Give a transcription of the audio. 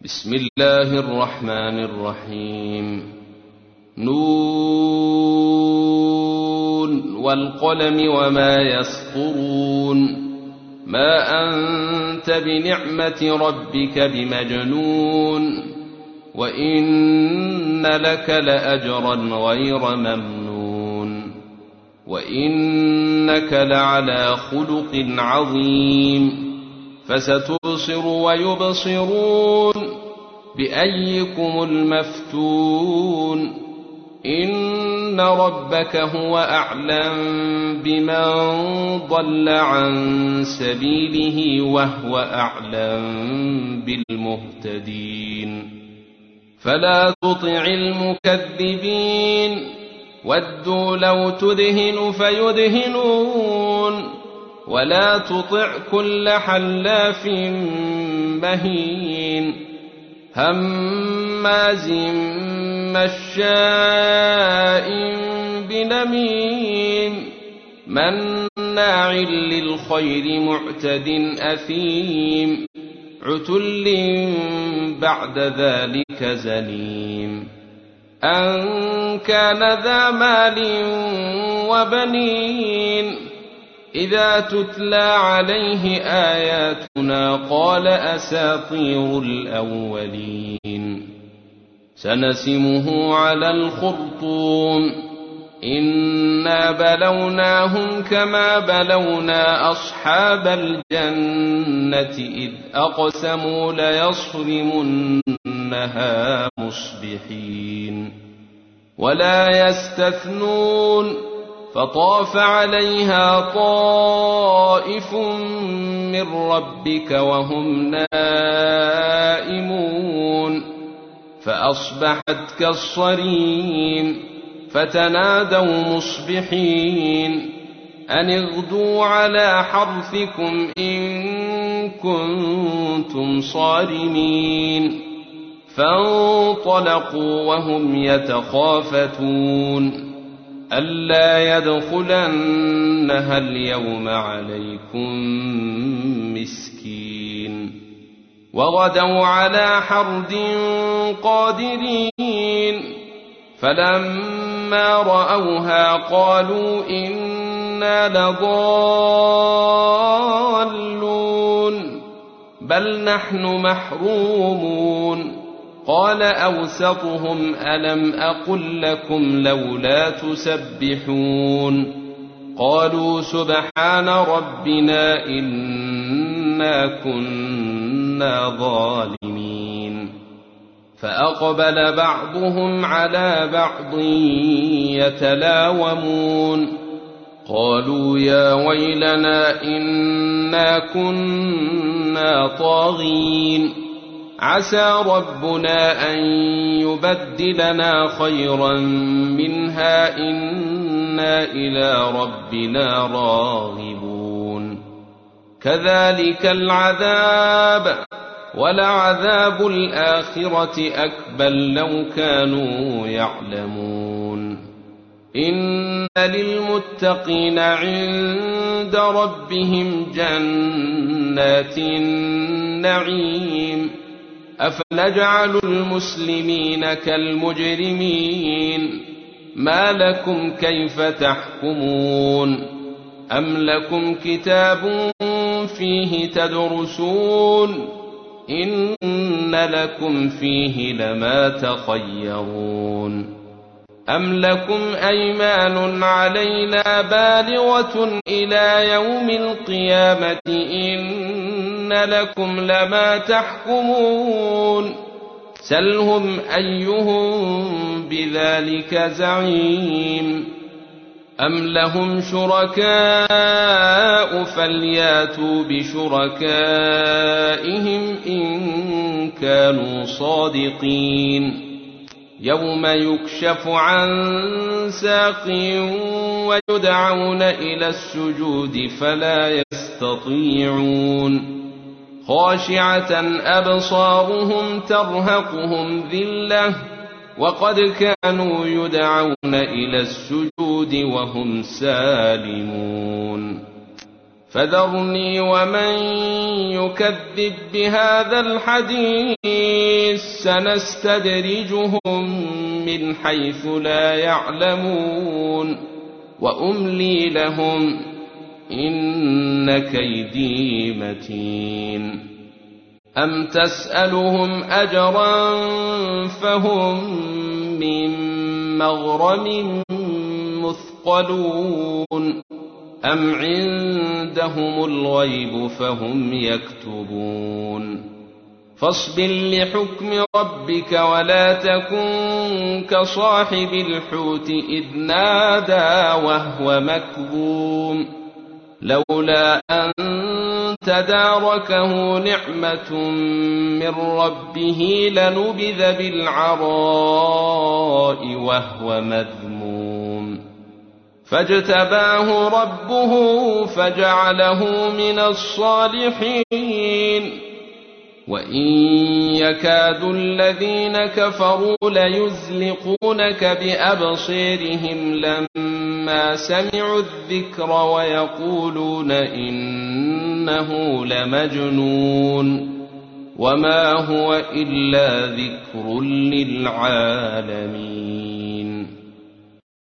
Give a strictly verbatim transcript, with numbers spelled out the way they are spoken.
بسم الله الرحمن الرحيم. نون والقلم وما يسطرون. ما أنت بنعمة ربك بمجنون وإن لك لأجرا غير ممنون وإنك لعلى خلق عظيم. فستبصر ويبصرون بأيكم المفتون. إن ربك هو أعلم بمن ضل عن سبيله وهو أعلم بالمهتدين. فلا تطع المكذبين ودوا لو تدهن فيدهنون ولا تطع كل حلاف مهين هماز مشاء بنميم مناع للخير معتد أثيم عتل بعد ذلك زنيم. أن كان ذا مال وبنين إذا تتلى عليه آياتنا قال أساطير الأولين. سنسمه على الخرطوم. إنا بلوناهم كما بلونا أصحاب الجنة إذ أقسموا ليصرمنها مصبحين ولا يستثنون. فطاف عليها طائف من ربك وهم نائمون فأصبحت كالصريم. فتنادوا مصبحين أن اغدوا على حرثكم إن كنتم صارمين. فانطلقوا وهم يتخافتون ألا يدخلنها اليوم عليكم مسكين. وغدوا على حرد قادرين فلما رأوها قالوا إنا لضالون بل نحن محرومون. قال أوسطهم ألم أقل لكم لولا تسبحون. قالوا سبحان ربنا إنا كنا ظالمين. فأقبل بعضهم على بعض يتلاومون قالوا يا ويلنا إنا كنا طاغين. عسى ربنا أن يبدلنا خيرا منها إنا إلى ربنا راغبون. كذلك العذاب ولعذاب الآخرة أكبر لو كانوا يعلمون. إن للمتقين عند ربهم جنات النعيم. أفنجعل المسلمين كالمجرمين ما لكم كيف تحكمون. أم لكم كتاب فيه تدرسون إن لكم فيه لما تخيرون. أم لكم أيمان علينا بالغة إلى يوم القيامة إن لكم لما تحكمون. سلهم أيهم بذلك زعيم. أم لهم شركاء فلياتوا بشركائهم إن كانوا صادقين. يوم يكشف عن ساق ويدعون إلى السجود فلا يستطيعون. خاشعة أبصارهم ترهقهم ذلة وقد كانوا يدعون إلى السجود وهم سالمون. فذرني ومن يكذب بهذا الحديث سنستدرجهم من حيث لا يعلمون وأملي لهم إن كيدي متين أم تسألهم أجرا فهم من مغرم مثقلون أم عندهم الغيب فهم يكتبون فاصبر لحكم ربك ولا تكن كصاحب الحوت إذ نادى وهو مكظوم لولا أن تداركه نعمة من ربه لنبذ بالعراء وهو مذموم فاجتباه ربه فجعله من الصالحين وإن يكاد الذين كفروا ليزلقونك بأبصيرهم لما سمعوا الذكر ويقولون إنه لمجنون وما هو إلا ذكر للعالمين.